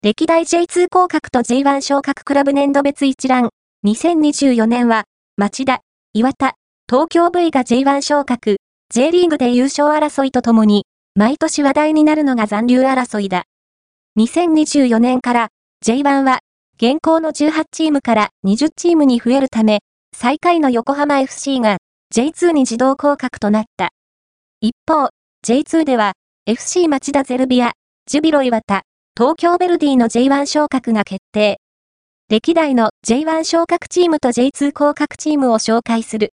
歴代 J2 降格と J1 昇格クラブ年度別一覧。2024年は、町田、岩田、東京 V が J1 昇格、J リーグで優勝争いとともに、毎年話題になるのが残留争いだ。2024年から J1 は、現行の18チームから20チームに増えるため、最下位の横浜 FC が J2 に自動降格となった。一方、J2 では、FC 町田ゼルビア、ジュビロ磐田、東京ヴェルディの J1 昇格が決定。歴代の J1 昇格チームと J2 降格チームを紹介する。